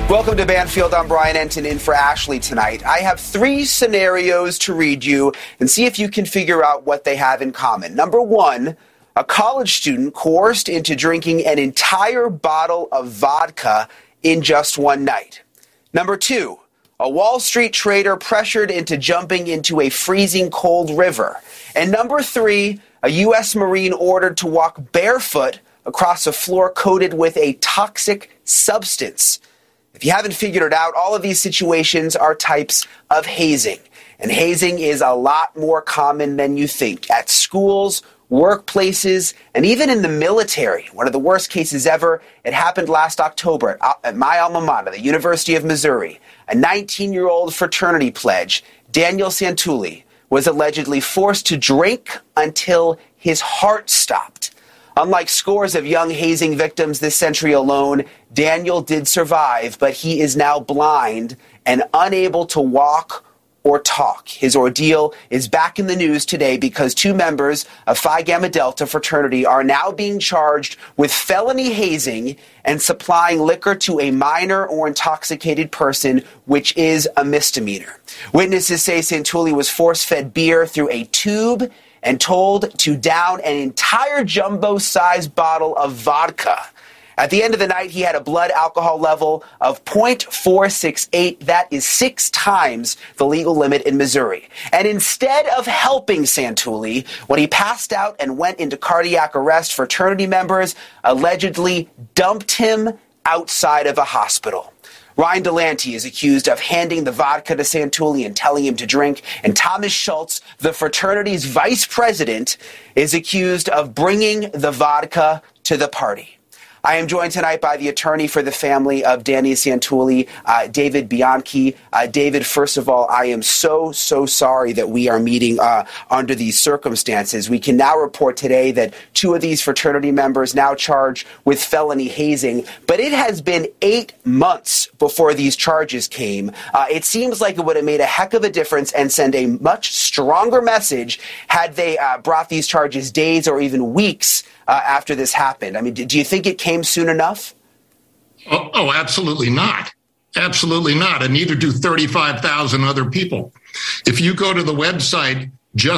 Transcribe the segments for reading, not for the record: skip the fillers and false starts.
Welcome to Banfield. I'm Brian Enton in for Ashley tonight. I have 3 scenarios to read you and see if you can figure out what they have in common. Number 1, a college student coerced into drinking an entire bottle of vodka in just one night. Number 2, a Wall Street trader pressured into jumping into a freezing cold river. And number 3, a U.S. Marine ordered to walk barefoot across a floor coated with a toxic substance. If you haven't figured it out, all of these situations are types of hazing. And hazing is a lot more common than you think at schools, workplaces, and even in the military. One of the worst cases ever, it happened last October at my alma mater, the University of Missouri. A 19-year-old fraternity pledge, Daniel Santulli, was allegedly forced to drink until his heart stopped. Unlike scores of young hazing victims this century alone, Daniel did survive, but he is now blind and unable to walk or talk. His ordeal is back in the news today because 2 members of Phi Gamma Delta fraternity are now being charged with felony hazing and supplying liquor to a minor or intoxicated person, which is a misdemeanor. Witnesses say Santulli was force-fed beer through a tube and told to down an entire jumbo-sized bottle of vodka. At the end of the night, he had a blood alcohol level of 0.468. That is 6 times the legal limit in Missouri. And instead of helping Santulli, when he passed out and went into cardiac arrest, fraternity members allegedly dumped him outside of a hospital. Ryan Delante is accused of handing the vodka to Santulli and telling him to drink. And Thomas Schultz, the fraternity's vice president, is accused of bringing the vodka to the party. I am joined tonight by the attorney for the family of Danny Santulli, David Bianchi. David, first of all, I am so sorry that we are meeting under these circumstances. We can now report today that 2 of these fraternity members now charged with felony hazing, but it has been 8 months before these charges came. It seems like it would have made a heck of a difference and send a much stronger message had they brought these charges days or even weeks after this happened. I mean, do you think it came soon enough? Oh, absolutely not. Absolutely not. And neither do 35,000 other people. If you go to the website,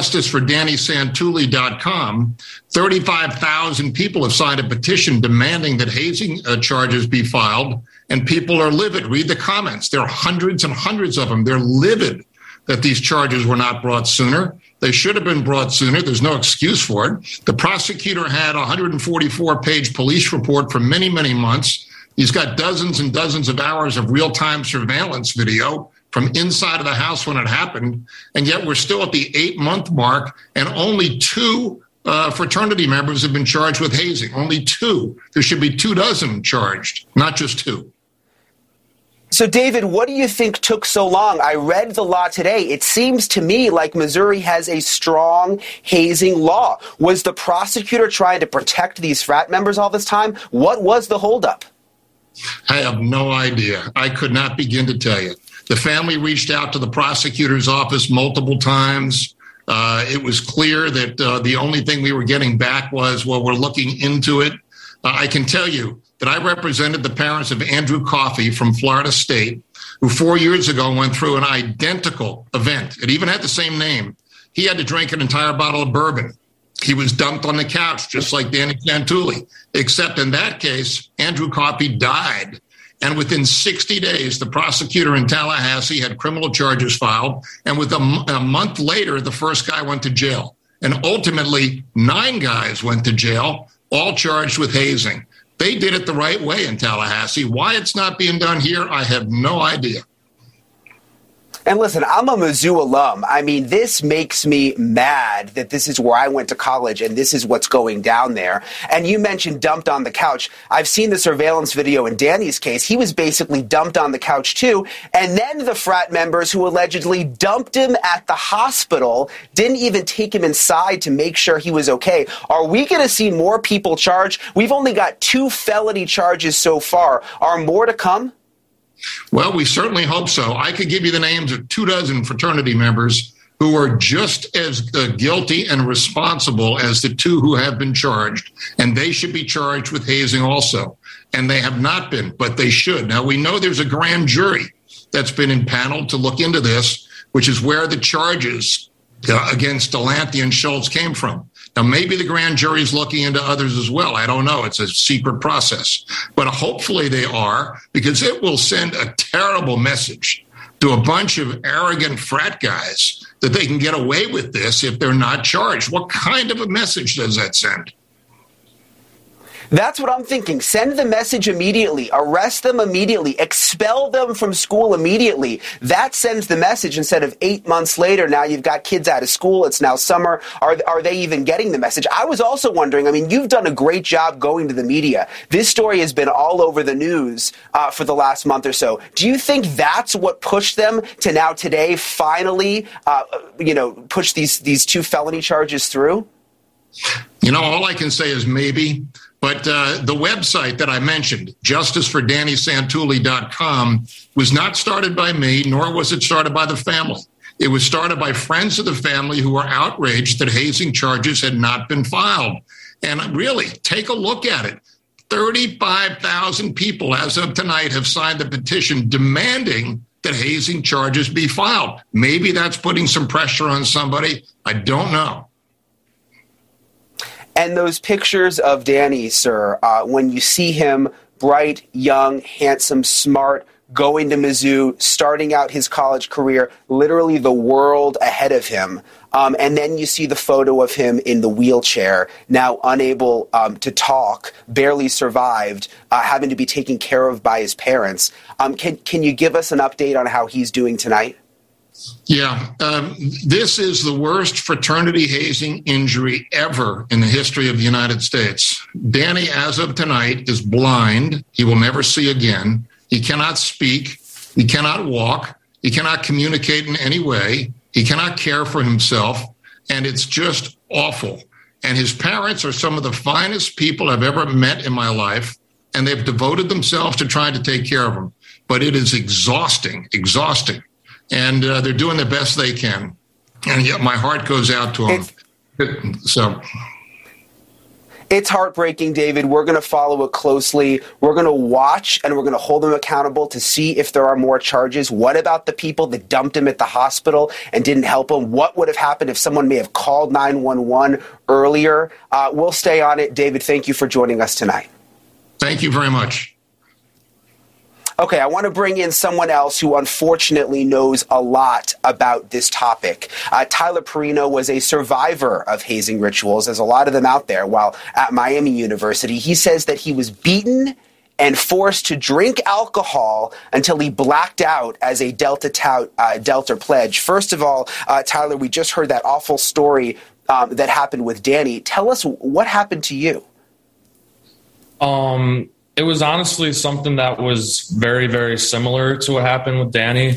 justicefordannysantulli.com, 35,000 people have signed a petition demanding that hazing charges be filed, and people are livid. Read the comments. There are hundreds and hundreds of them. They're livid that these charges were not brought sooner. They should have been brought sooner. There's no excuse for it. The prosecutor had a 144-page police report for many, many months. He's got dozens and dozens of hours of real-time surveillance video from inside of the house when it happened. And yet we're still at the 8-month mark, and only 2 fraternity members have been charged with hazing. Only 2. There should be 24 charged, not just 2. So, David, what do you think took so long? I read the law today. It seems to me like Missouri has a strong hazing law. Was the prosecutor trying to protect these frat members all this time? What was the holdup? I have no idea. I could not begin to tell you. The family reached out to the prosecutor's office multiple times. It was clear that the only thing we were getting back was, well, we're looking into it. I can tell you that I represented the parents of Andrew Coffey from Florida State, who 4 years ago went through an identical event. It even had the same name. He had to drink an entire bottle of bourbon. He was dumped on the couch, just like Danny Santulli, except in that case, Andrew Coffey died. And within 60 days, the prosecutor in Tallahassee had criminal charges filed. And with a month later, the first guy went to jail. And ultimately, 9 guys went to jail, all charged with hazing. They did it the right way in Tallahassee. Why it's not being done here, I have no idea. And listen, I'm a Mizzou alum. I mean, this makes me mad that this is where I went to college and this is what's going down there. And you mentioned dumped on the couch. I've seen the surveillance video in Danny's case. He was basically dumped on the couch too. And then the frat members who allegedly dumped him at the hospital didn't even take him inside to make sure he was okay. Are we going to see more people charged? We've only got 2 felony charges so far. Are more to come? Well, we certainly hope so. I could give you the names of 24 fraternity members who are just as guilty and responsible as the two who have been charged, and they should be charged with hazing also. And they have not been, but they should. Now, we know there's a grand jury that's been impaneled to look into this, which is where the charges against Delante and Schultz came from. Now, maybe the grand jury is looking into others as well. I don't know. It's a secret process. But hopefully they are, because it will send a terrible message to a bunch of arrogant frat guys that they can get away with this if they're not charged. What kind of a message does that send? That's what I'm thinking. Send the message immediately. Arrest them immediately. Expel them from school immediately. That sends the message instead of 8 months later. Now you've got kids out of school. It's now summer. Are they even getting the message? I was also wondering, I mean, you've done a great job going to the media. This story has been all over the news for the last month or so. Do you think that's what pushed them to now today finally, push these two felony charges through? All I can say is maybe. But the website that I mentioned, justicefordannysantulli.com, was not started by me, nor was it started by the family. It was started by friends of the family who were outraged that hazing charges had not been filed. And really, take a look at it. 35,000 people as of tonight have signed the petition demanding that hazing charges be filed. Maybe that's putting some pressure on somebody. I don't know. And those pictures of Danny, sir, when you see him bright, young, handsome, smart, going to Mizzou, starting out his college career, literally the world ahead of him. And then you see the photo of him in the wheelchair, now unable to talk, barely survived, having to be taken care of by his parents. Can you give us an update on how he's doing tonight? Yeah, this is the worst fraternity hazing injury ever in the history of the United States. Danny, as of tonight, is blind. He will never see again. He cannot speak. He cannot walk. He cannot communicate in any way. He cannot care for himself. And it's just awful. And his parents are some of the finest people I've ever met in my life. And they've devoted themselves to trying to take care of him. But it is exhausting. And they're doing the best they can. And yet my heart goes out to them. It's heartbreaking, David. We're going to follow it closely. We're going to watch and we're going to hold them accountable to see if there are more charges. What about the people that dumped him at the hospital and didn't help him? What would have happened if someone may have called 911 earlier? We'll stay on it. David, thank you for joining us tonight. Thank you very much. Okay, I want to bring in someone else who unfortunately knows a lot about this topic. Tyler Perino was a survivor of hazing rituals. There's a lot of them out there. While at Miami University, he says that he was beaten and forced to drink alcohol until he blacked out as a Delta pledge. First of all, Tyler, we just heard that awful story that happened with Danny. Tell us what happened to you. It was honestly something that was very, very similar to what happened with Danny.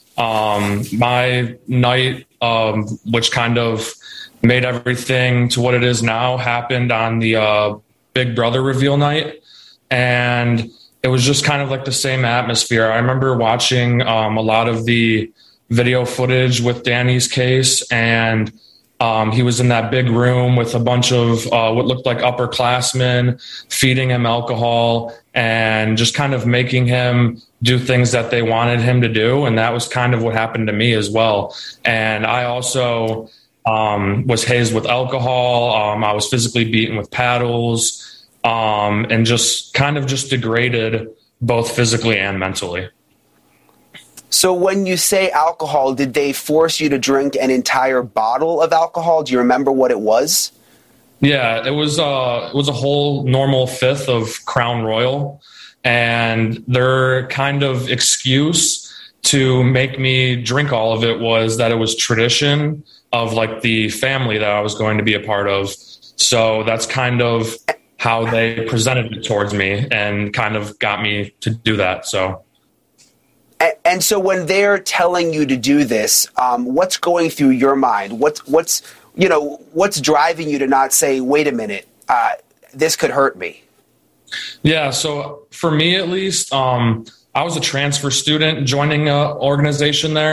My night, which kind of made everything to what it is now, happened on the Big Brother reveal night. And it was just kind of like the same atmosphere. I remember watching a lot of the video footage with Danny's case, and he was in that big room with a bunch of what looked like upperclassmen feeding him alcohol and just kind of making him do things that they wanted him to do. And that was kind of what happened to me as well. And I also was hazed with alcohol. I was physically beaten with paddles and just kind of just degraded both physically and mentally. So when you say alcohol, did they force you to drink an entire bottle of alcohol? Do you remember what it was? Yeah, it was a whole normal fifth of Crown Royal, and their kind of excuse to make me drink all of it was that it was tradition of like the family that I was going to be a part of. So that's kind of how they presented it towards me and kind of got me to do that. And so when they're telling you to do this, what's going through your mind? What's driving you to not say, wait a minute, this could hurt me? Yeah. So for me, at least, I was a transfer student joining an organization there.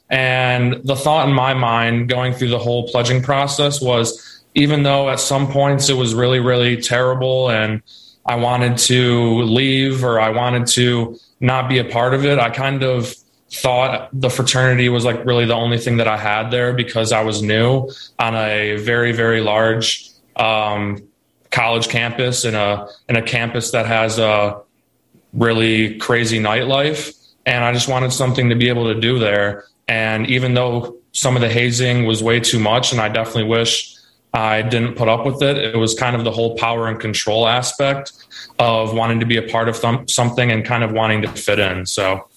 And the thought in my mind going through the whole pledging process was, even though at some points it was really, really terrible and I wanted to leave or I wanted to not be a part of it, I kind of thought the fraternity was like really the only thing that I had there, because I was new on a very, very large college campus in a campus that has a really crazy nightlife. And I just wanted something to be able to do there. And even though some of the hazing was way too much, and I definitely wish I didn't put up with it, it was kind of the whole power and control aspect of wanting to be a part of something and kind of wanting to fit in. So.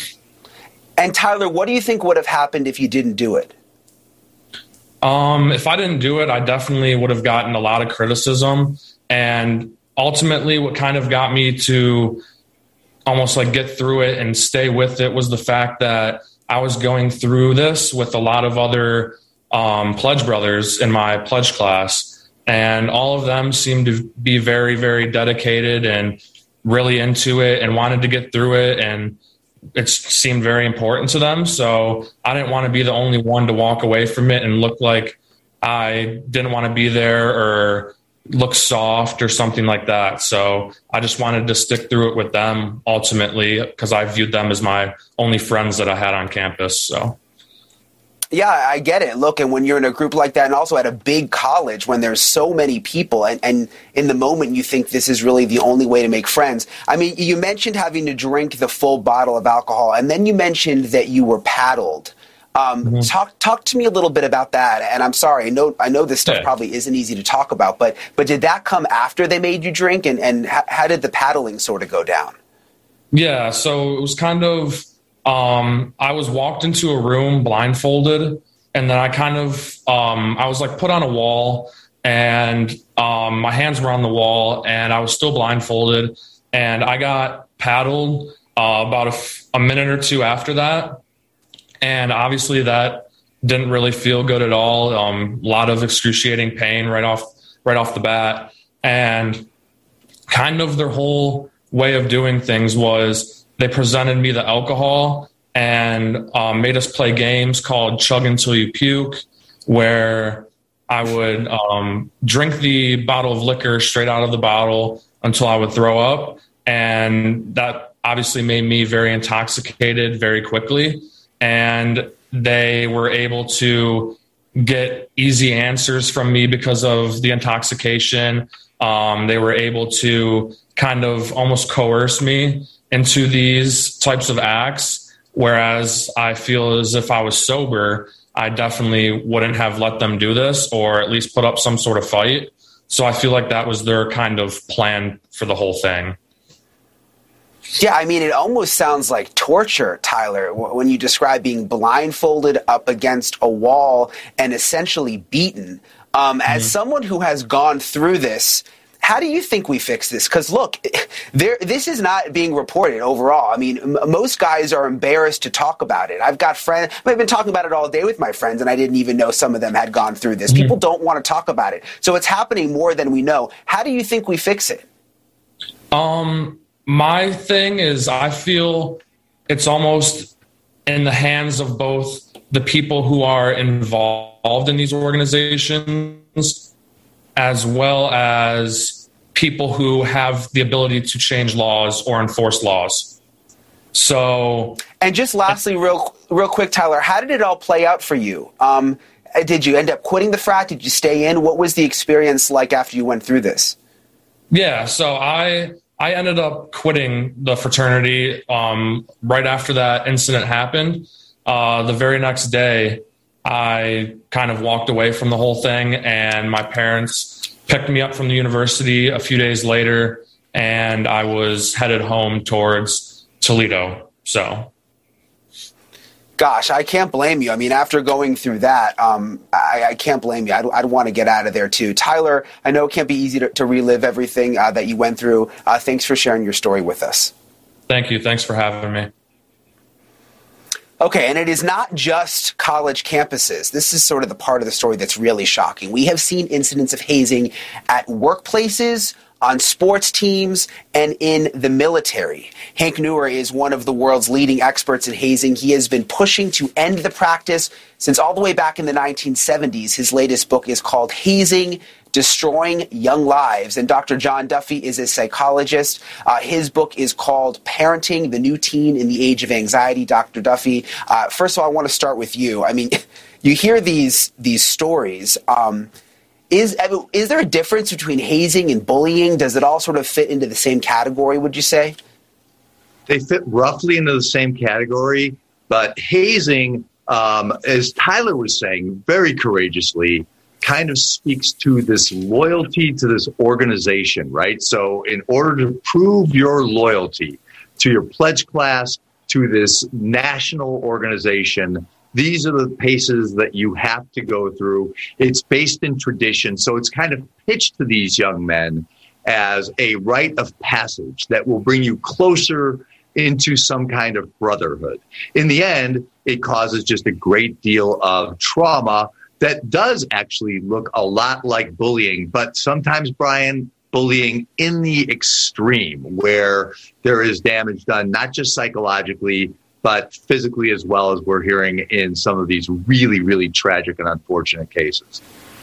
And Tyler, what do you think would have happened if you didn't do it? If I didn't do it, I definitely would have gotten a lot of criticism. And ultimately what kind of got me to almost like get through it and stay with it was the fact that I was going through this with a lot of other pledge brothers in my pledge class. And all of them seemed to be very, very dedicated and really into it and wanted to get through it. And it seemed very important to them. So I didn't want to be the only one to walk away from it and look like I didn't want to be there or look soft or something like that. So I just wanted to stick through it with them ultimately, because I viewed them as my only friends that I had on campus. So. Yeah, I get it. Look, and when you're in a group like that, and also at a big college when there's so many people, and in the moment you think this is really the only way to make friends. I mean, you mentioned having to drink the full bottle of alcohol, and then you mentioned that you were paddled. Talk to me a little bit about that. And I'm sorry, I know this stuff probably isn't easy to talk about, but did that come after they made you drink, and how did the paddling sort of go down? Yeah, so it was kind of. I was walked into a room blindfolded, and then I kind of, I was like put on a wall, and my hands were on the wall, and I was still blindfolded, and I got paddled about a minute or two after that. And obviously that didn't really feel good at all. A lot of excruciating pain right off the bat. And kind of their whole way of doing things was, they presented me the alcohol and made us play games called Chug Until You Puke, where I would drink the bottle of liquor straight out of the bottle until I would throw up. And that obviously made me very intoxicated very quickly. And they were able to get easy answers from me because of the intoxication. They were able to kind of almost coerce me into these types of acts, whereas I feel as if I was sober, I definitely wouldn't have let them do this, or at least put up some sort of fight. So I feel like that was their kind of plan for the whole thing. Yeah, I mean, it almost sounds like torture, Tyler, when you describe being blindfolded up against a wall and essentially beaten. As someone who has gone through this, how do you think we fix this? Because look, this is not being reported overall. I mean, most guys are embarrassed to talk about it. I've got friends, I've been talking about it all day with my friends, and I didn't even know some of them had gone through this. People don't want to talk about it. So it's happening more than we know. How do you think we fix it? My thing is, I feel it's almost in the hands of both the people who are involved in these organizations, as well as people who have the ability to change laws or enforce laws. So, and just lastly, real quick, Tyler, how did it all play out for you? Did you end up quitting the frat? Did you stay in? What was the experience like after you went through this? Yeah, so I ended up quitting the fraternity right after that incident happened. The very next day, I kind of walked away from the whole thing, and my parents picked me up from the university a few days later, and I was headed home towards Toledo. So, gosh, I can't blame you. I mean, after going through that, I can't blame you. I'd want to get out of there too. Tyler, I know it can't be easy to relive everything that you went through. Thanks for sharing your story with us. Thank you. Thanks for having me. Okay, and it is not just college campuses. This is sort of the part of the story that's really shocking. We have seen incidents of hazing at workplaces, on sports teams, and in the military. Hank Neuer is one of the world's leading experts in hazing. He has been pushing to end the practice since all the way back in the 1970s. His latest book is called Hazing: Destroying Young Lives. And Dr. John Duffy is a psychologist. His book is called Parenting the New Teen in the Age of Anxiety. Dr. Duffy, first of all, I want to start with you. I mean, you hear these stories. Is there a difference between hazing and bullying? Does it all sort of fit into the same category, would you say? They fit roughly into the same category, but hazing, as Tyler was saying very courageously, kind of speaks to this loyalty to this organization, right? So in order to prove your loyalty to your pledge class, to this national organization, these are the paces that you have to go through. It's based in tradition, so it's kind of pitched to these young men as a rite of passage that will bring you closer into some kind of brotherhood. In the end, it causes just a great deal of trauma that does actually look a lot like bullying, but sometimes, Brian, bullying in the extreme, where there is damage done not just psychologically, but physically as well, as we're hearing in some of these really, really tragic and unfortunate cases.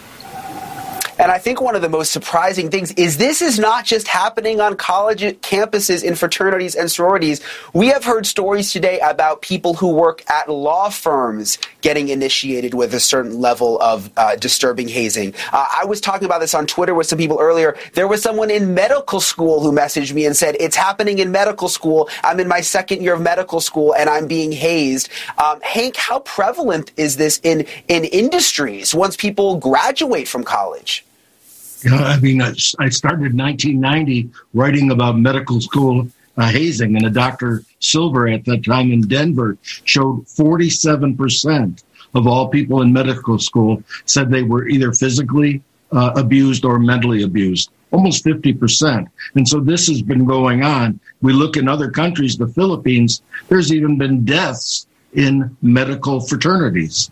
And I think one of the most surprising things is this is not just happening on college campuses in fraternities and sororities. We have heard stories today about people who work at law firms getting initiated with a certain level of disturbing hazing. I was talking about this on Twitter with some people earlier. There was someone in medical school who messaged me and said, it's happening in medical school. I'm in my second year of medical school and I'm being hazed. Hank, how prevalent is this in industries once people graduate from college? I mean, I started in 1990 writing about medical school hazing, and a Dr. Silver at that time in Denver showed 47% of all people in medical school said they were either physically abused or mentally abused, almost 50%. And so this has been going on. We look in other countries, the Philippines, there's even been deaths in medical fraternities.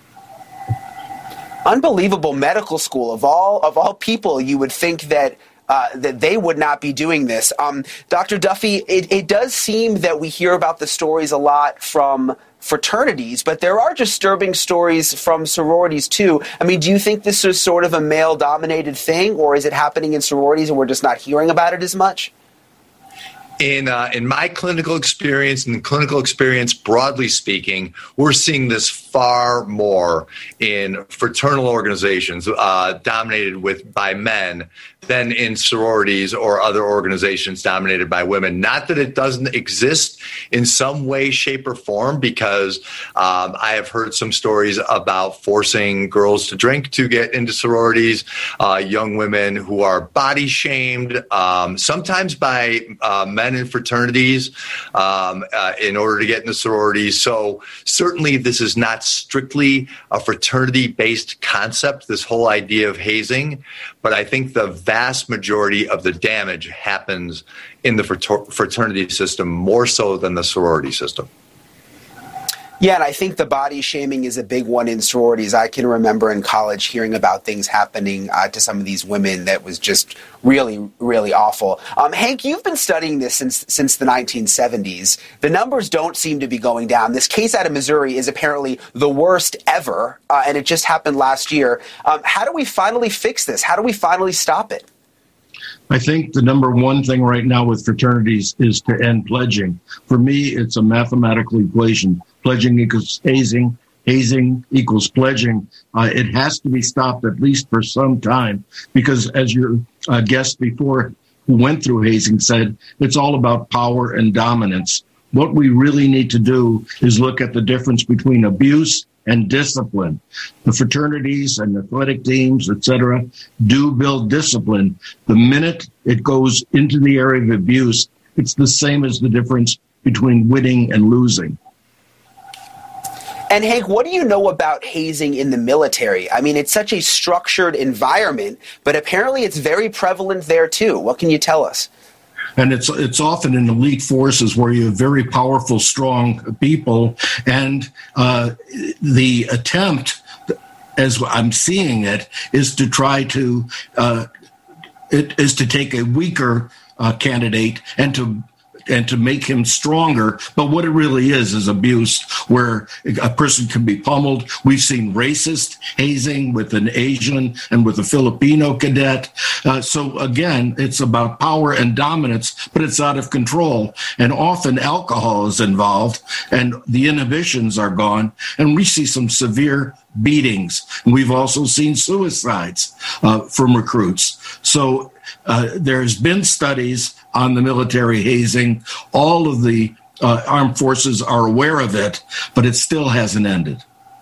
Unbelievable. Medical school. Of all people, you would think that they would not be doing this. Dr. Duffy, it does seem that we hear about the stories a lot from fraternities, but there are disturbing stories from sororities too. I mean, do you think this is sort of a male-dominated thing, or is it happening in sororities and we're just not hearing about it as much? In my clinical experience and clinical experience, broadly speaking, we're seeing this far more in fraternal organizations dominated by men than in sororities or other organizations dominated by women. Not that it doesn't exist in some way, shape, or form, because I have heard some stories about forcing girls to drink to get into sororities, young women who are body shamed, sometimes by men in fraternities in order to get into sororities. So certainly this is not strictly a fraternity-based concept, this whole idea of hazing, but I think the vast majority of the damage happens in the fraternity system more so than the sorority system. Yeah, and I think the body shaming is a big one in sororities. I can remember in college hearing about things happening to some of these women that was just really, really awful. Hank, you've been studying this since the 1970s. The numbers don't seem to be going down. This case out of Missouri is apparently the worst ever, and it just happened last year. How do we finally fix this? How do we finally stop it? I think the number one thing right now with fraternities is to end pledging. For me, it's a mathematical equation. Pledging equals hazing. Hazing equals pledging. It has to be stopped at least for some time, because as your guest before who went through hazing said, it's all about power and dominance. What we really need to do is look at the difference between abuse and discipline. The fraternities and athletic teams, etc., do build discipline. The minute it goes into the area of abuse, it's the same as the difference between winning and losing. And Hank, what do you know about hazing in the military? I mean, it's such a structured environment, but apparently it's very prevalent there too. What can you tell us? And it's often in elite forces where you have very powerful, strong people. And the attempt, as I'm seeing it, is to try to it is to take a weaker candidate and to make him stronger. But what it really is abuse, where a person can be pummeled. We've seen racist hazing with an Asian and with a Filipino cadet. So again, it's about power and dominance, but it's out of control. And often alcohol is involved and the inhibitions are gone. And we see some severe beatings. And we've also seen suicides from recruits. So there's been studies on the military hazing. All of the armed forces are aware of it, but it still hasn't ended.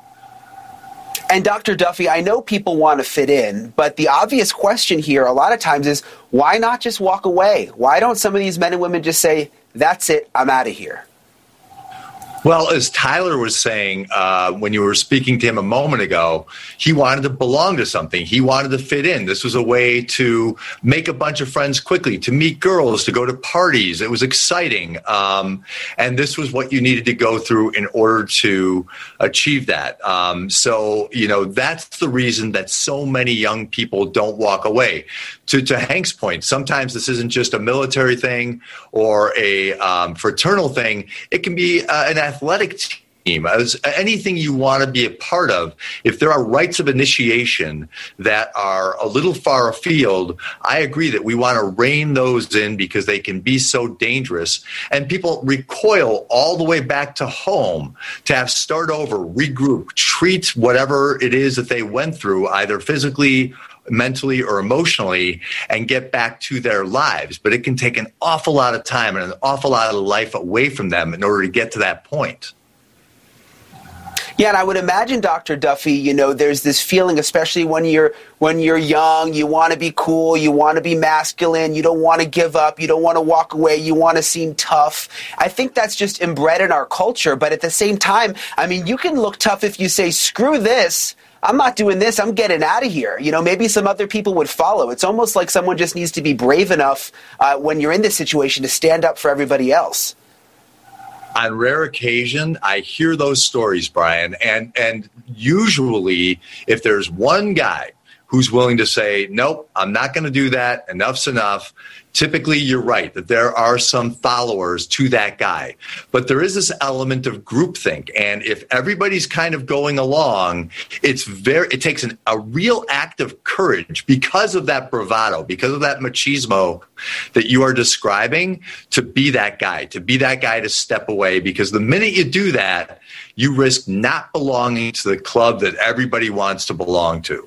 And Dr. Duffy, I know people want to fit in, but the obvious question here a lot of times is, why not just walk away? Why don't some of these men and women just say, that's it, I'm out of here? Well, as Tyler was saying when you were speaking to him a moment ago, he wanted to belong to something. He wanted to fit in. This was a way to make a bunch of friends quickly, to meet girls, to go to parties. It was exciting. And this was what you needed to go through in order to achieve that. So, that's the reason that so many young people don't walk away. To Hank's point, sometimes this isn't just a military thing or a fraternal thing. It can be an athletic team, as anything you want to be a part of. If there are rites of initiation that are a little far afield, I agree that we want to rein those in because they can be so dangerous. And people recoil all the way back to home to have start over, regroup, treat whatever it is that they went through, either physically, mentally or emotionally, and get back to their lives. But it can take an awful lot of time and an awful lot of life away from them in order to get to that point. Yeah, and I would imagine, Dr. Duffy, there's this feeling, especially when you're young, you want to be cool, you want to be masculine, you don't want to give up, you don't want to walk away, you want to seem tough. I think that's just inbred in our culture. But at the same time, you can look tough if you say, screw this, I'm not doing this, I'm getting out of here. Maybe some other people would follow. It's almost like someone just needs to be brave enough when you're in this situation to stand up for everybody else. On rare occasion, I hear those stories, Brian, and usually if there's one guy who's willing to say, nope, I'm not going to do that, enough's enough, typically you're right that there are some followers to that guy. But there is this element of groupthink, and if everybody's kind of going along, it takes a real act of courage because of that bravado, because of that machismo that you are describing, to be that guy, to step away, because the minute you do that, you risk not belonging to the club that everybody wants to belong to.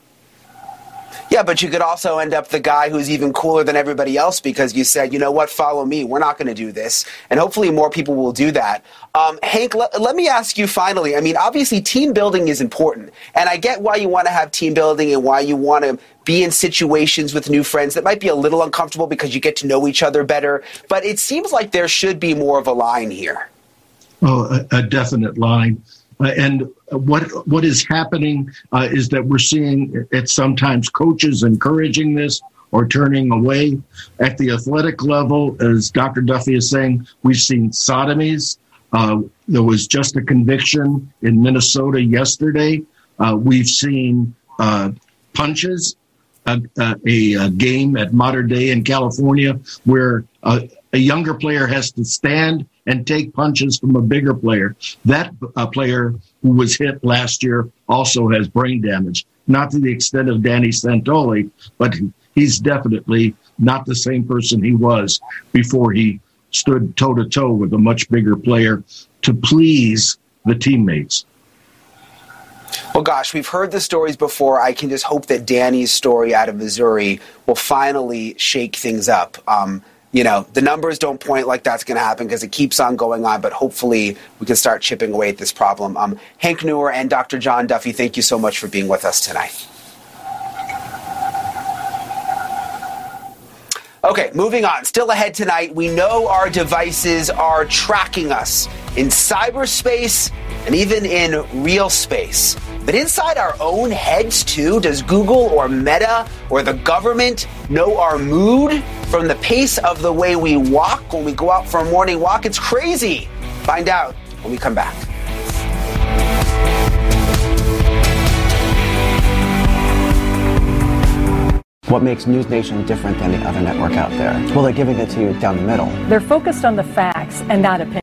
Yeah, but you could also end up the guy who's even cooler than everybody else because you said, you know what, follow me. We're not going to do this. And hopefully more people will do that. Hank, let me ask you finally. Obviously team building is important. And I get why you want to have team building and why you want to be in situations with new friends that might be a little uncomfortable because you get to know each other better. But it seems like there should be more of a line here. Oh, a definite line. And what is happening is that we're seeing it sometimes coaches encouraging this or turning away. At the athletic level, as Dr. Duffy is saying, we've seen sodomies. There was just a conviction in Minnesota yesterday. We've seen punches, a game at Mater Dei in California where a younger player has to stand and take punches from a bigger player. That player who was hit last year also has brain damage, not to the extent of Danny Santoli, but he's definitely not the same person he was before he stood toe-to-toe with a much bigger player to please the teammates. Well, gosh, we've heard the stories before. I can just hope that Danny's story out of Missouri will finally shake things up. The numbers don't point like that's going to happen because it keeps on going on, but hopefully we can start chipping away at this problem. Hank Neuer and Dr. John Duffy, thank you so much for being with us tonight. Okay, moving on. Still ahead tonight, we know our devices are tracking us in cyberspace and even in real space. But inside our own heads, too, does Google or Meta or the government know our mood from the pace of the way we walk when we go out for a morning walk? It's crazy. Find out when we come back. What makes News Nation different than the other network out there? Well, they're giving it to you down the middle. They're focused on the facts and not opinion.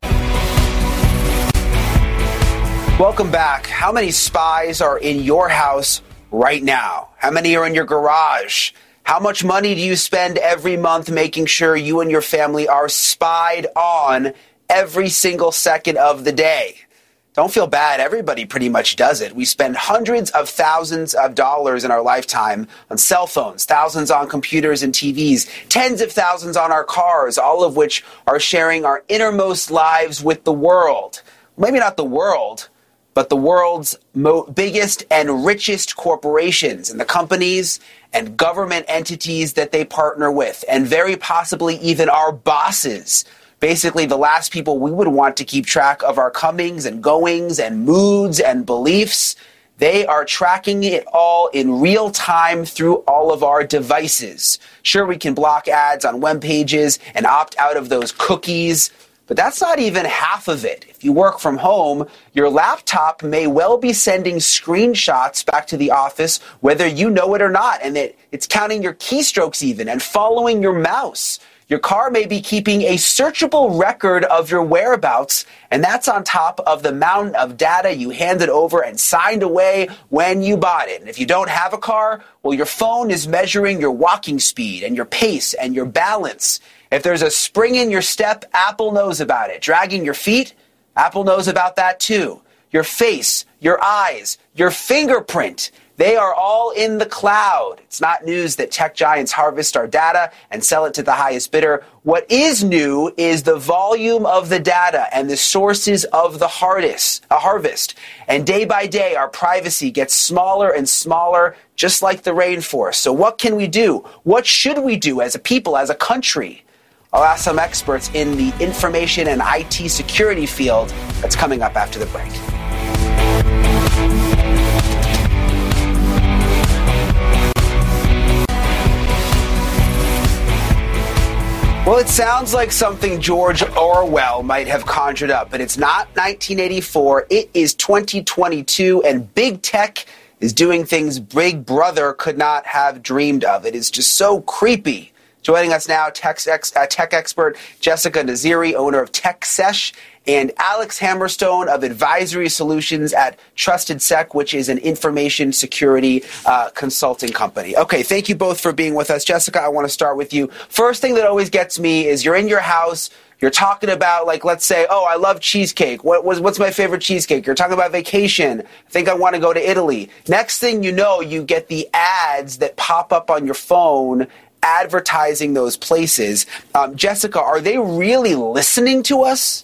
Welcome back. How many spies are in your house right now? How many are in your garage? How much money do you spend every month making sure you and your family are spied on every single second of the day? Don't feel bad. Everybody pretty much does it. We spend hundreds of thousands of dollars in our lifetime on cell phones, thousands on computers and TVs, tens of thousands on our cars, all of which are sharing our innermost lives with the world. Maybe not the world, but the world's biggest and richest corporations and the companies and government entities that they partner with, and very possibly even our bosses. Basically, the last people we would want to keep track of our comings and goings and moods and beliefs. They are tracking it all in real time through all of our devices. Sure, we can block ads on web pages and opt out of those cookies, but that's not even half of it. If you work from home, your laptop may well be sending screenshots back to the office, whether you know it or not, and it's counting your keystrokes even and following your mouse. Your car may be keeping a searchable record of your whereabouts, and that's on top of the mountain of data you handed over and signed away when you bought it. And if you don't have a car, well, your phone is measuring your walking speed and your pace and your balance. If there's a spring in your step, Apple knows about it. Dragging your feet, Apple knows about that too. Your face, your eyes, your fingerprint, they are all in the cloud. It's not news that tech giants harvest our data and sell it to the highest bidder. What is new is the volume of the data and the sources of the harvest. And day by day, our privacy gets smaller and smaller, just like the rainforest. So what can we do? What should we do as a people, as a country? I'll ask some experts in the information and IT security field. That's coming up after the break. Well, it sounds like something George Orwell might have conjured up, but it's not 1984. It is 2022, and big tech is doing things Big Brother could not have dreamed of. It is just so creepy. Joining us now, tech expert Jessica Naziri, owner of TechSesh, and Alex Hammerstone of Advisory Solutions at Trusted Sec, which is an information security consulting company. Okay, thank you both for being with us. Jessica, I want to start with you. First thing that always gets me is you're in your house, you're talking about, like, let's say, oh, I love cheesecake. What's my favorite cheesecake? You're talking about vacation. I think I want to go to Italy. Next thing you know, you get the ads that pop up on your phone advertising those places. Jessica, are they really listening to us?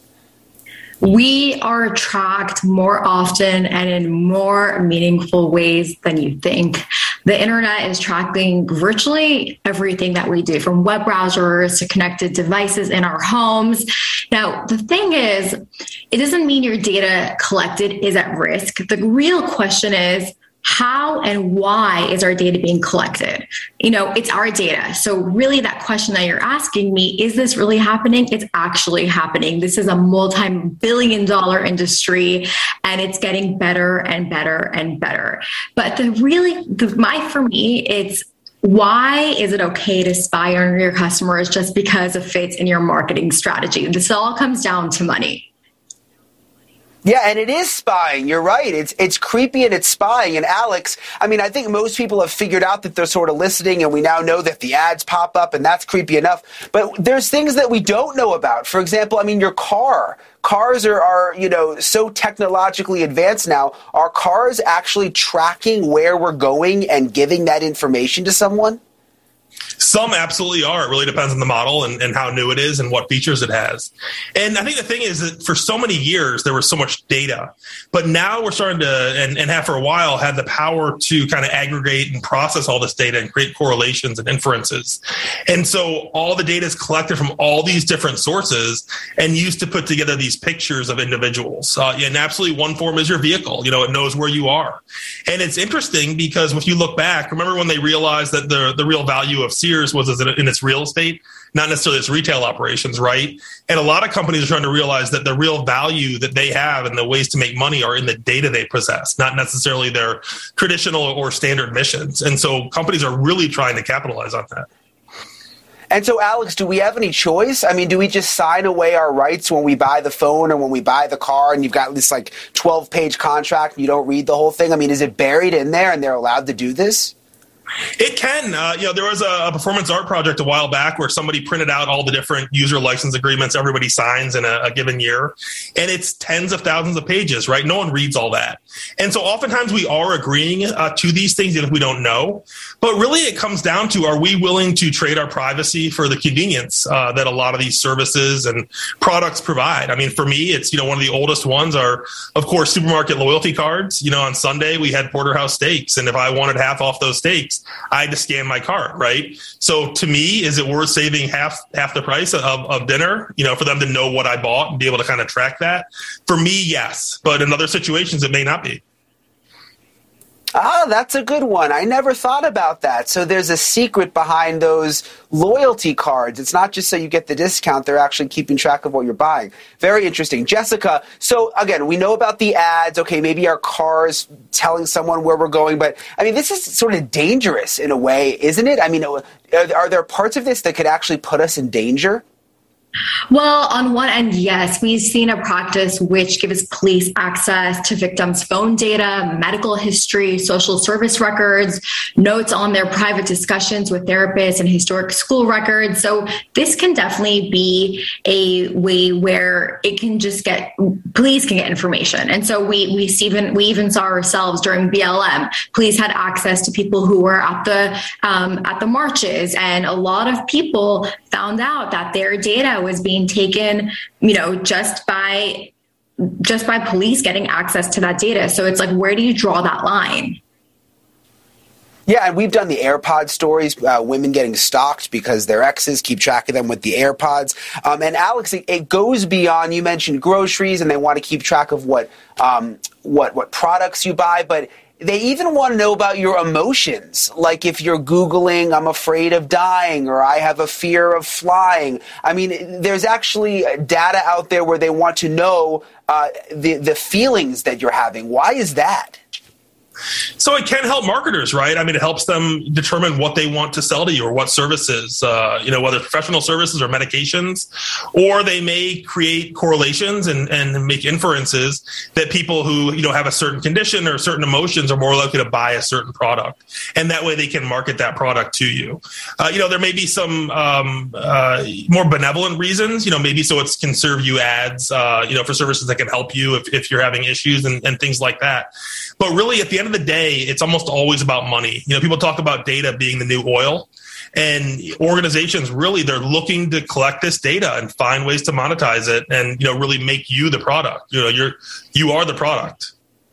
We are tracked more often and in more meaningful ways than you think. The internet is tracking virtually everything that we do, from web browsers to connected devices in our homes. Now, the thing is, it doesn't mean your data collected is at risk. The real question is, how and why is our data being collected? You know, it's our data. So really that question that you're asking me, is this really happening? It's actually happening. This is a multi-billion-dollar industry, and it's getting better and better and better. But for me, it's why is it okay to spy on your customers just because it fits in your marketing strategy? This all comes down to money. Yeah, and it is spying. You're right. It's creepy and it's spying. And Alex, I mean, I think most people have figured out that they're sort of listening, and we now know that the ads pop up, and that's creepy enough. But there's things that we don't know about. For example, I mean, your car. Cars are so technologically advanced now. Are cars actually tracking where we're going and giving that information to someone? Some absolutely are. It really depends on the model and how new it is and what features it has. And I think the thing is that for so many years, there was so much data. But now we're starting to, and have for a while, had the power to kind of aggregate and process all this data and create correlations and inferences. And so all the data is collected from all these different sources and used to put together these pictures of individuals. And absolutely one form is your vehicle. It knows where you are. And it's interesting because if you look back, remember when they realized that the real value of Sears was in its real estate? not necessarily its retail operations, right? And a lot of companies are trying to realize that the real value that they have and the ways to make money are in the data they possess, not necessarily their traditional or standard missions. And so companies are really trying to capitalize on that. And so, Alex, do we have any choice? I mean, do we just sign away our rights when we buy the phone or when we buy the car and you've got this 12-page contract and you don't read the whole thing? I mean, is it buried in there and they're allowed to do this? It can. There was a performance art project a while back where somebody printed out all the different user license agreements everybody signs in a given year. And it's tens of thousands of pages, right? No one reads all that. And so oftentimes we are agreeing to these things even if we don't know. But really it comes down to, are we willing to trade our privacy for the convenience that a lot of these services and products provide? I mean, for me, it's, one of the oldest ones are, of course, supermarket loyalty cards. On Sunday we had Porterhouse steaks. And if I wanted half off those steaks, I had to scan my card, right? So to me, is it worth saving half the price of dinner, for them to know what I bought and be able to kind of track that? For me, yes. But in other situations, it may not be. Ah, that's a good one. I never thought about that. So there's a secret behind those loyalty cards. It's not just so you get the discount. They're actually keeping track of what you're buying. Very interesting. Jessica, so again, we know about the ads. Okay, maybe our car's telling someone where we're going. But, I mean, this is sort of dangerous in a way, isn't it? I mean, are there parts of this that could actually put us in danger? Well, on one end, yes, we've seen a practice which gives police access to victims' phone data, medical history, social service records, notes on their private discussions with therapists, and historic school records. So this can definitely be a way where it can just police can get information. And so we even saw ourselves during BLM. Police had access to people who were at the marches, and a lot of people found out that their data was being taken, just by police getting access to that data. So it's where do you draw that line? Yeah, and we've done the AirPod stories, women getting stalked because their exes keep track of them with the AirPods. And Alex, it goes beyond, you mentioned groceries and they want to keep track of what products you buy, but they even want to know about your emotions. Like if you're Googling, I'm afraid of dying, or I have a fear of flying. I mean, there's actually data out there where they want to know the feelings that you're having. Why is that? So it can help marketers, right? I mean, it helps them determine what they want to sell to you or what services, whether professional services or medications, or they may create correlations and make inferences that people who, have a certain condition or certain emotions are more likely to buy a certain product. And that way they can market that product to you. There may be some more benevolent reasons, maybe so it can serve you ads, for services that can help you if you're having issues and things like that. But really, at the end of the day, it's almost always about money. People talk about data being the new oil, and organizations really, they're looking to collect this data and find ways to monetize it and, really make you the product. You are the product.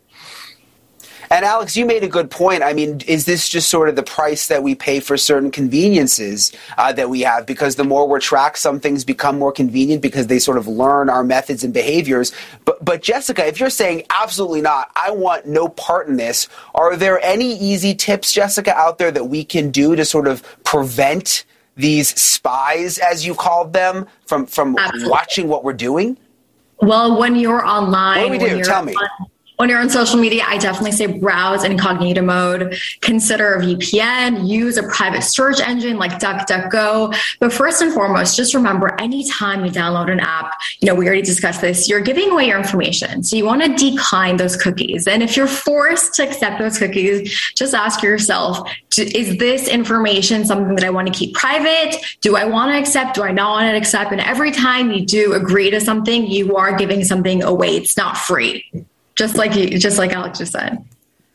And Alex, you made a good point. I mean, is this just sort of the price that we pay for certain conveniences that we have? Because the more we're tracked, some things become more convenient because they sort of learn our methods and behaviors. But Jessica, if you're saying absolutely not, I want no part in this, are there any easy tips, Jessica, out there that we can do to sort of prevent these spies, as you called them, from watching what we're doing? Well, when you're online, what do we do? Tell me. When you're on social media, I definitely say browse in incognito mode, consider a VPN, use a private search engine like DuckDuckGo. But first and foremost, just remember, anytime you download an app, we already discussed this, you're giving away your information. So you want to decline those cookies. And if you're forced to accept those cookies, just ask yourself, is this information something that I want to keep private? Do I want to accept? Do I not want to accept? And every time you do agree to something, you are giving something away. It's not free. Just like Alex just said.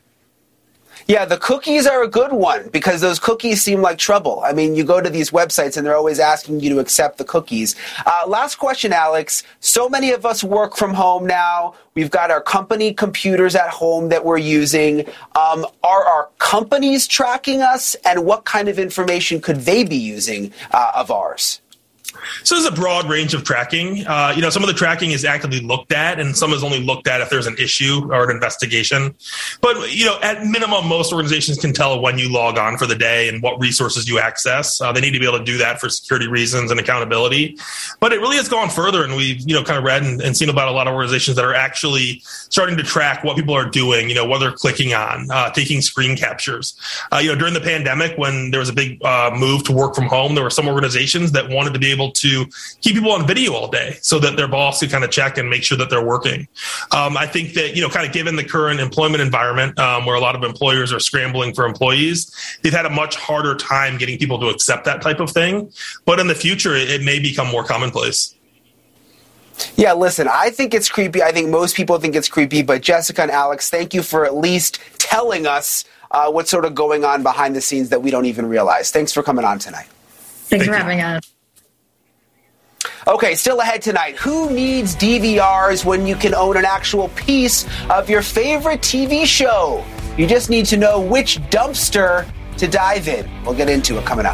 Yeah, the cookies are a good one because those cookies seem like trouble. I mean, you go to these websites and they're always asking you to accept the cookies. Last question, Alex. So many of us work from home now. We've got our company computers at home that we're using. Are our companies tracking us, and what kind of information could they be using of ours? So there's a broad range of tracking. Some of the tracking is actively looked at, and some is only looked at if there's an issue or an investigation. But, at minimum, most organizations can tell when you log on for the day and what resources you access. They need to be able to do that for security reasons and accountability. But it really has gone further, and we've, kind of read and seen about a lot of organizations that are actually starting to track what people are doing, what they're clicking on, taking screen captures. During the pandemic, when there was a big move to work from home, there were some organizations that wanted to be able to keep people on video all day so that their boss could kind of check and make sure that they're working. I think that, kind of given the current employment environment where a lot of employers are scrambling for employees, they've had a much harder time getting people to accept that type of thing. But in the future, it may become more commonplace. Yeah, listen, I think it's creepy. I think most people think it's creepy. But Jessica and Alex, thank you for at least telling us what's sort of going on behind the scenes that we don't even realize. Thanks for coming on tonight. Thanks for having us. Okay, still ahead tonight. Who needs DVRs when you can own an actual piece of your favorite TV show? You just need to know which dumpster to dive in. We'll get into it coming up.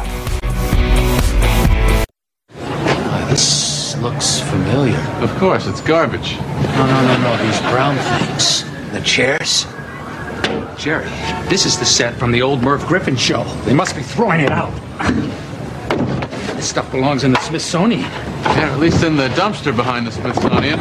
This looks familiar. Of course, it's garbage. No, these brown things. The chairs? Jerry, this is the set from the old Merv Griffin show. They must be throwing it out. This stuff belongs in the Smithsonian. Yeah, at least in the dumpster behind the Smithsonian.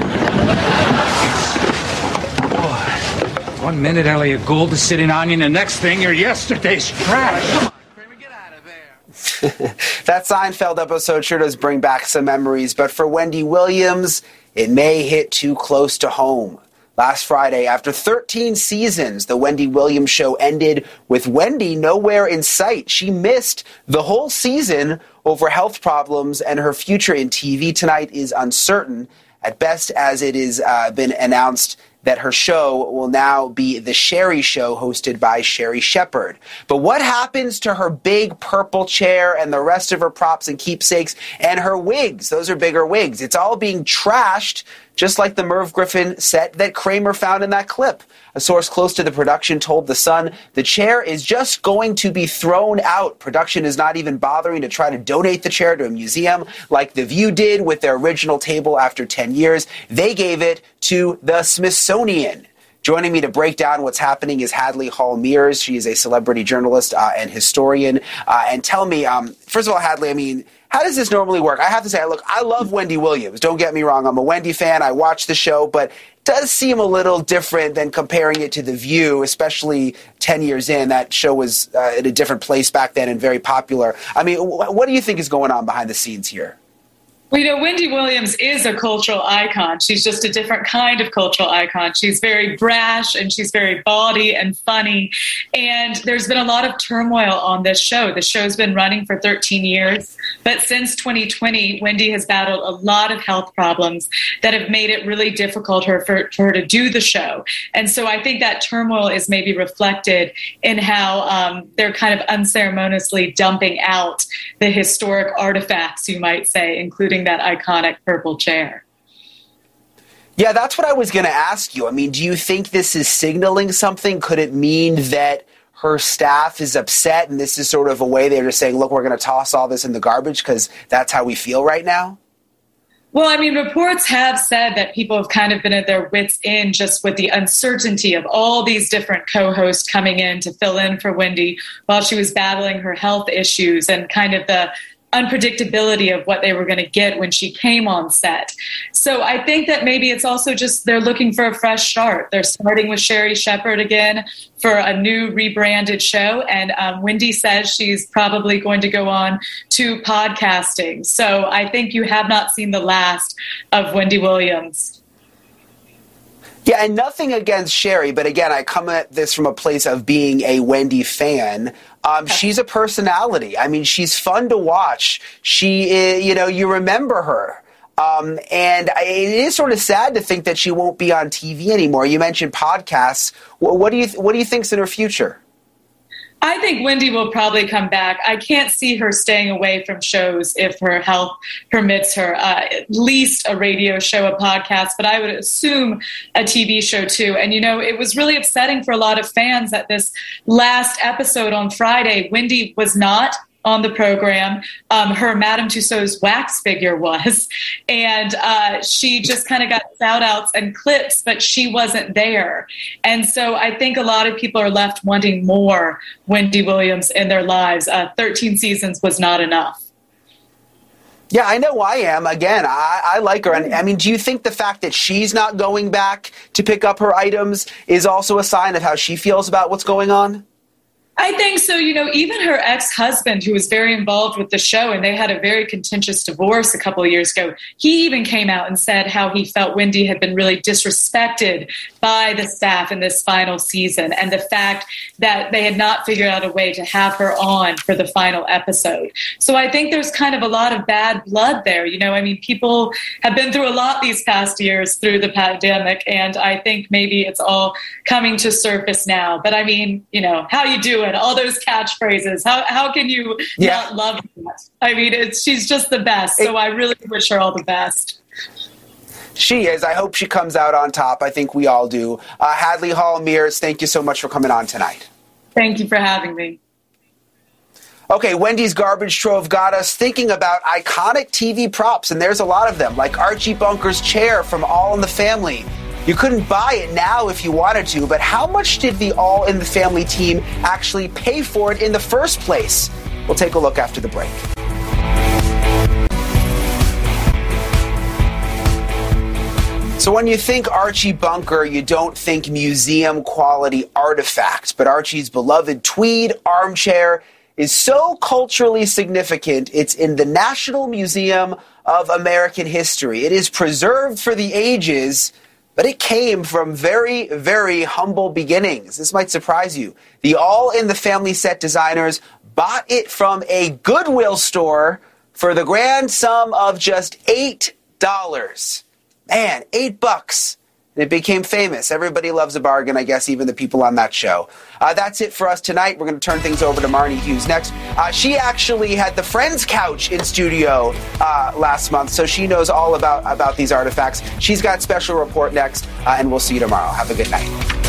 Boy, 1 minute Elliot Gould is sitting on you, and the next thing you're yesterday's trash. Come on, Kramer, get out of there. That Seinfeld episode sure does bring back some memories, but for Wendy Williams, it may hit too close to home. Last Friday, after 13 seasons, the Wendy Williams show ended with Wendy nowhere in sight. She missed the whole season over health problems, and her future in TV tonight is uncertain. At best, as it has been announced that her show will now be The Sherri Show, hosted by Sherri Shepherd. But what happens to her big purple chair and the rest of her props and keepsakes and her wigs? Those are bigger wigs. It's all being trashed, just like the Merv Griffin set that Kramer found in that clip. A source close to the production told The Sun the chair is just going to be thrown out. Production is not even bothering to try to donate the chair to a museum like The View did with their original table after 10 years. They gave it to the Smithsonian. Joining me to break down what's happening is Hadley Hall Mears. She is a celebrity journalist and historian. And tell me, first of all, Hadley, how does this normally work? I have to say, look, I love Wendy Williams. Don't get me wrong. I'm a Wendy fan. I watch the show, but it does seem a little different than comparing it to The View, especially 10 years in. That show was in a different place back then and very popular. What do you think is going on behind the scenes here? Well, Wendy Williams is a cultural icon. She's just a different kind of cultural icon. She's very brash and she's very bawdy and funny. And there's been a lot of turmoil on this show. The show's been running for 13 years. But since 2020, Wendy has battled a lot of health problems that have made it really difficult for her to do the show. And so I think that turmoil is maybe reflected in how they're kind of unceremoniously dumping out the historic artifacts, you might say, including that iconic purple chair. Yeah, that's what I was going to ask you. Do you think this is signaling something? Could it mean that her staff is upset and this is sort of a way they're just saying, look, we're going to toss all this in the garbage because that's how we feel right now? Well, reports have said that people have kind of been at their wits' end just with the uncertainty of all these different co-hosts coming in to fill in for Wendy while she was battling her health issues and kind of the unpredictability of what they were going to get when she came on set. So I think that maybe it's also just they're looking for a fresh start. They're starting with Sherri Shepherd again for a new rebranded show. And Wendy says she's probably going to go on to podcasting. So I think you have not seen the last of Wendy Williams. Yeah, and nothing against Sherri, but again, I come at this from a place of being a Wendy fan. She's a personality. She's fun to watch. She is, you remember her. And it is sort of sad to think that she won't be on TV anymore. You mentioned podcasts. What do you think's in her future? I think Wendy will probably come back. I can't see her staying away from shows if her health permits her. At least a radio show, a podcast, but I would assume a TV show too. And, it was really upsetting for a lot of fans that this last episode on Friday, Wendy was not on the program. Her Madame Tussauds wax figure was. And she just kind of got shout outs and clips, but she wasn't there. And so I think a lot of people are left wanting more Wendy Williams in their lives. 13 seasons was not enough. Yeah, I know I am. Again, I like her. And I mean, do you think the fact that she's not going back to pick up her items is also a sign of how she feels about what's going on? I think so. You know, even her ex-husband, who was very involved with the show, and they had a very contentious divorce a couple of years ago, he even came out and said how he felt Wendy had been really disrespected by the staff in this final season, and the fact that they had not figured out a way to have her on for the final episode. So I think there's kind of a lot of bad blood there. You know, I mean, people have been through a lot these past years through the pandemic, and I think maybe it's all coming to surface now. But I mean, you know, how you do it, all those catchphrases. How can you not love that? I mean, she's just the best. So I really wish her all the best. She is. I hope she comes out on top. I think we all do. Hadley Hall Mears, thank you so much for coming on tonight. Thank you for having me. Okay, Wendy's Garbage Trove got us thinking about iconic TV props, and there's a lot of them, like Archie Bunker's chair from All in the Family. You couldn't buy it now if you wanted to, but how much did the All in the Family team actually pay for it in the first place? We'll take a look after the break. So when you think Archie Bunker, you don't think museum-quality artifacts, but Archie's beloved tweed armchair is so culturally significant, it's in the National Museum of American History. It is preserved for the ages, but it came from very, very humble beginnings. This might surprise you. The All in the Family set designers bought it from a Goodwill store for the grand sum of just $8. Man, $8. And it became famous. Everybody loves a bargain, I guess, even the people on that show. That's it for us tonight. We're going to turn things over to Marnie Hughes next. She actually had the Friends couch in studio last month, so she knows all about these artifacts. She's got special report next, and we'll see you tomorrow. Have a good night.